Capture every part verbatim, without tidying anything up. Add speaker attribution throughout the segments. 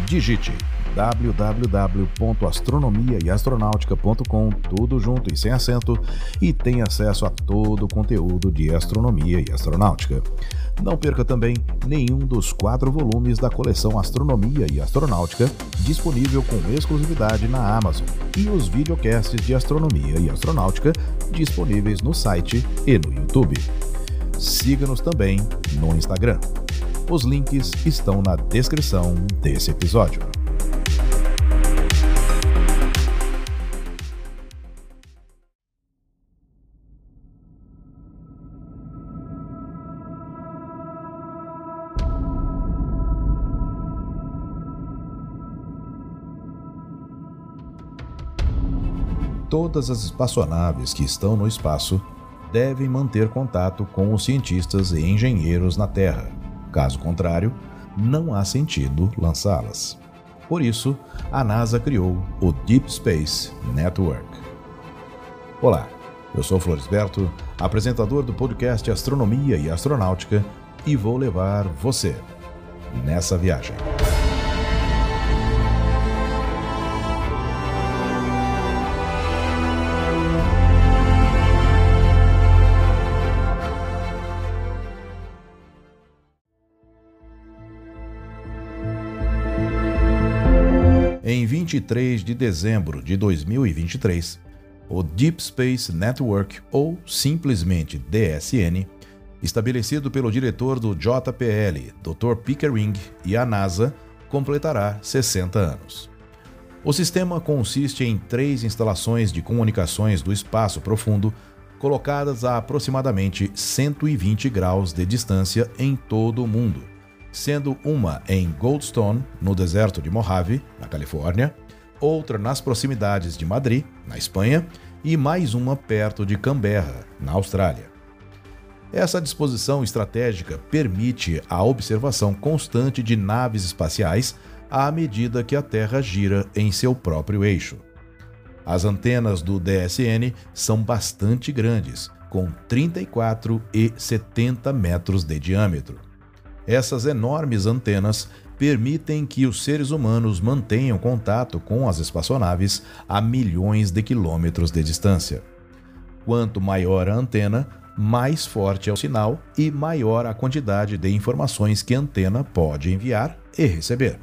Speaker 1: Digite w w w ponto astronomia e astronautica ponto com, tudo junto e sem acento, e tenha acesso a todo o conteúdo de astronomia e astronáutica. Não perca também nenhum dos quatro volumes da coleção Astronomia e Astronáutica, disponível com exclusividade na Amazon, e os videocasts de astronomia e astronáutica disponíveis no site e no YouTube. Siga-nos também no Instagram. Os links estão na descrição desse episódio. Todas as espaçonaves que estão no espaço devem manter contato com os cientistas e engenheiros na Terra. Caso contrário, não há sentido lançá-las. Por isso, a NASA criou o Deep Space Network. Olá, eu sou Florisberto, apresentador do podcast Astronomia e Astronáutica, e vou levar você nessa viagem. Em vinte e três de dezembro de dois mil e vinte e três, o Deep Space Network, ou simplesmente D S N, estabelecido pelo diretor do J P L, doutor Pickering, e a NASA, completará sessenta anos. O sistema consiste em três instalações de comunicações do espaço profundo, colocadas a aproximadamente cento e vinte graus de distância em todo o mundo, sendo uma em Goldstone, no deserto de Mojave, na Califórnia, outra nas proximidades de Madrid, na Espanha, e mais uma perto de Canberra, na Austrália. Essa disposição estratégica permite a observação constante de naves espaciais à medida que a Terra gira em seu próprio eixo. As antenas do D S N são bastante grandes, com trinta e quatro e setenta metros de diâmetro. Essas enormes antenas permitem que os seres humanos mantenham contato com as espaçonaves a milhões de quilômetros de distância. Quanto maior a antena, mais forte é o sinal e maior a quantidade de informações que a antena pode enviar e receber.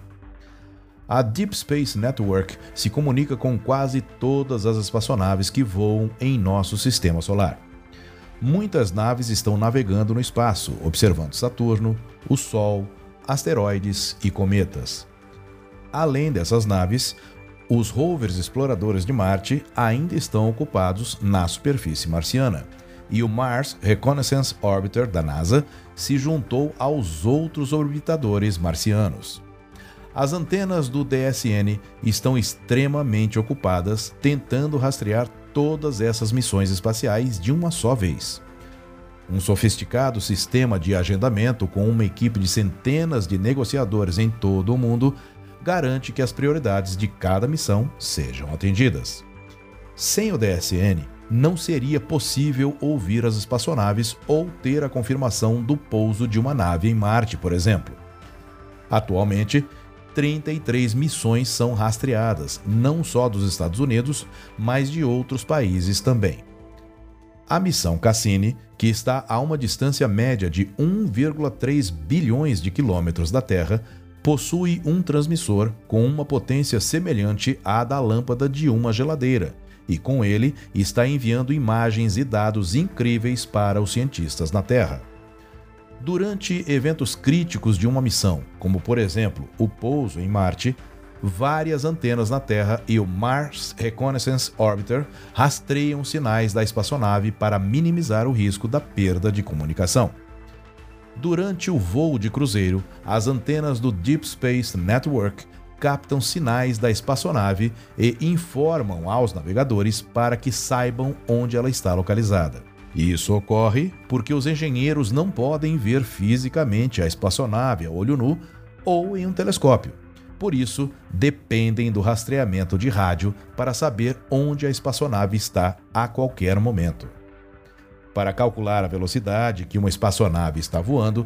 Speaker 1: A Deep Space Network se comunica com quase todas as espaçonaves que voam em nosso sistema solar. Muitas naves estão navegando no espaço, observando Saturno, o Sol, asteroides e cometas. Além dessas naves, os rovers exploradores de Marte ainda estão ocupados na superfície marciana, e o Mars Reconnaissance Orbiter da NASA se juntou aos outros orbitadores marcianos. As antenas do D S N estão extremamente ocupadas tentando rastrear todas essas missões espaciais de uma só vez. Um sofisticado sistema de agendamento com uma equipe de centenas de negociadores em todo o mundo garante que as prioridades de cada missão sejam atendidas. Sem o D S N, não seria possível ouvir as espaçonaves ou ter a confirmação do pouso de uma nave em Marte, por exemplo. Atualmente, trinta e três missões são rastreadas, não só dos Estados Unidos, mas de outros países também. A missão Cassini, que está a uma distância média de um vírgula três bilhões de quilômetros da Terra, possui um transmissor com uma potência semelhante à da lâmpada de uma geladeira, e com ele está enviando imagens e dados incríveis para os cientistas na Terra. Durante eventos críticos de uma missão, como por exemplo o pouso em Marte, várias antenas na Terra e o Mars Reconnaissance Orbiter rastreiam sinais da espaçonave para minimizar o risco da perda de comunicação. Durante o voo de cruzeiro, as antenas do Deep Space Network captam sinais da espaçonave e informam aos navegadores para que saibam onde ela está localizada. Isso ocorre porque os engenheiros não podem ver fisicamente a espaçonave a olho nu ou em um telescópio. Por isso, dependem do rastreamento de rádio para saber onde a espaçonave está a qualquer momento. Para calcular a velocidade que uma espaçonave está voando,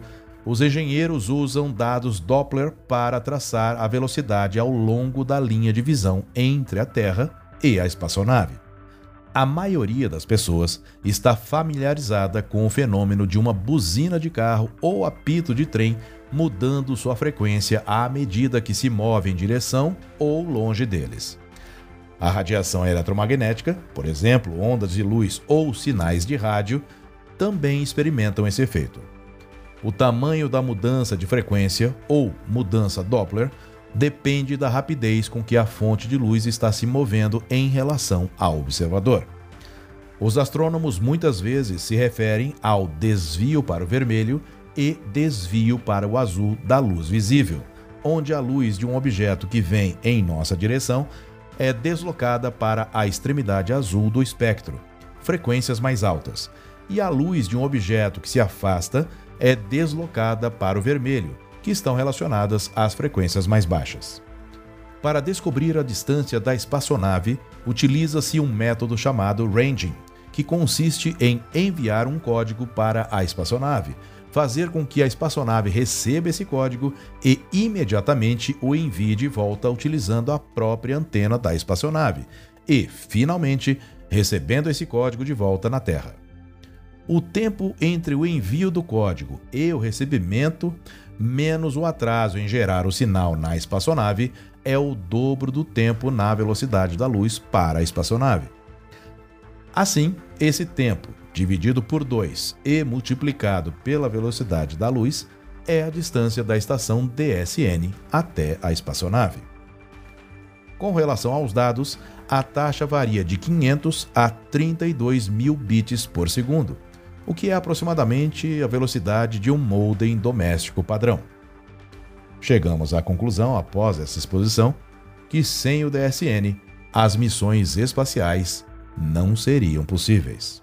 Speaker 1: os engenheiros usam dados Doppler para traçar a velocidade ao longo da linha de visão entre a Terra e a espaçonave. A maioria das pessoas está familiarizada com o fenômeno de uma buzina de carro ou apito de trem mudando sua frequência à medida que se move em direção ou longe deles. A radiação eletromagnética, por exemplo, ondas de luz ou sinais de rádio, também experimentam esse efeito. O tamanho da mudança de frequência, ou mudança Doppler, depende da rapidez com que a fonte de luz está se movendo em relação ao observador. Os astrônomos muitas vezes se referem ao desvio para o vermelho e desvio para o azul da luz visível, onde a luz de um objeto que vem em nossa direção é deslocada para a extremidade azul do espectro, frequências mais altas, e a luz de um objeto que se afasta é deslocada para o vermelho, que estão relacionadas às frequências mais baixas. Para descobrir a distância da espaçonave, utiliza-se um método chamado ranging, que consiste em enviar um código para a espaçonave, fazer com que a espaçonave receba esse código e imediatamente o envie de volta utilizando a própria antena da espaçonave e, finalmente, recebendo esse código de volta na Terra. O tempo entre o envio do código e o recebimento, menos o atraso em gerar o sinal na espaçonave, é o dobro do tempo na velocidade da luz para a espaçonave. Assim, esse tempo, dividido por dois e multiplicado pela velocidade da luz, é a distância da estação D S N até a espaçonave. Com relação aos dados, a taxa varia de quinhentos a trinta e dois mil bits por segundo, o que é aproximadamente a velocidade de um modem doméstico padrão. Chegamos à conclusão, após essa exposição, que sem o D S N, as missões espaciais não seriam possíveis.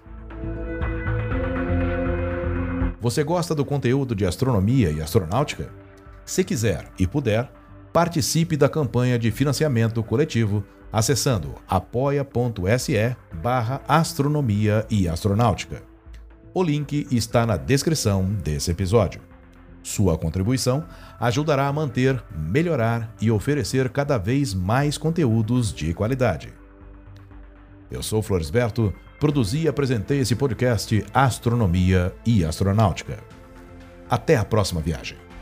Speaker 1: Você gosta do conteúdo de astronomia e astronáutica? Se quiser e puder, participe da campanha de financiamento coletivo acessando apoia.se barra astronomia e astronáutica. O link está na descrição desse episódio. Sua contribuição ajudará a manter, melhorar e oferecer cada vez mais conteúdos de qualidade. Eu sou Floresberto, produzi e apresentei esse podcast Astronomia e Astronáutica. Até a próxima viagem.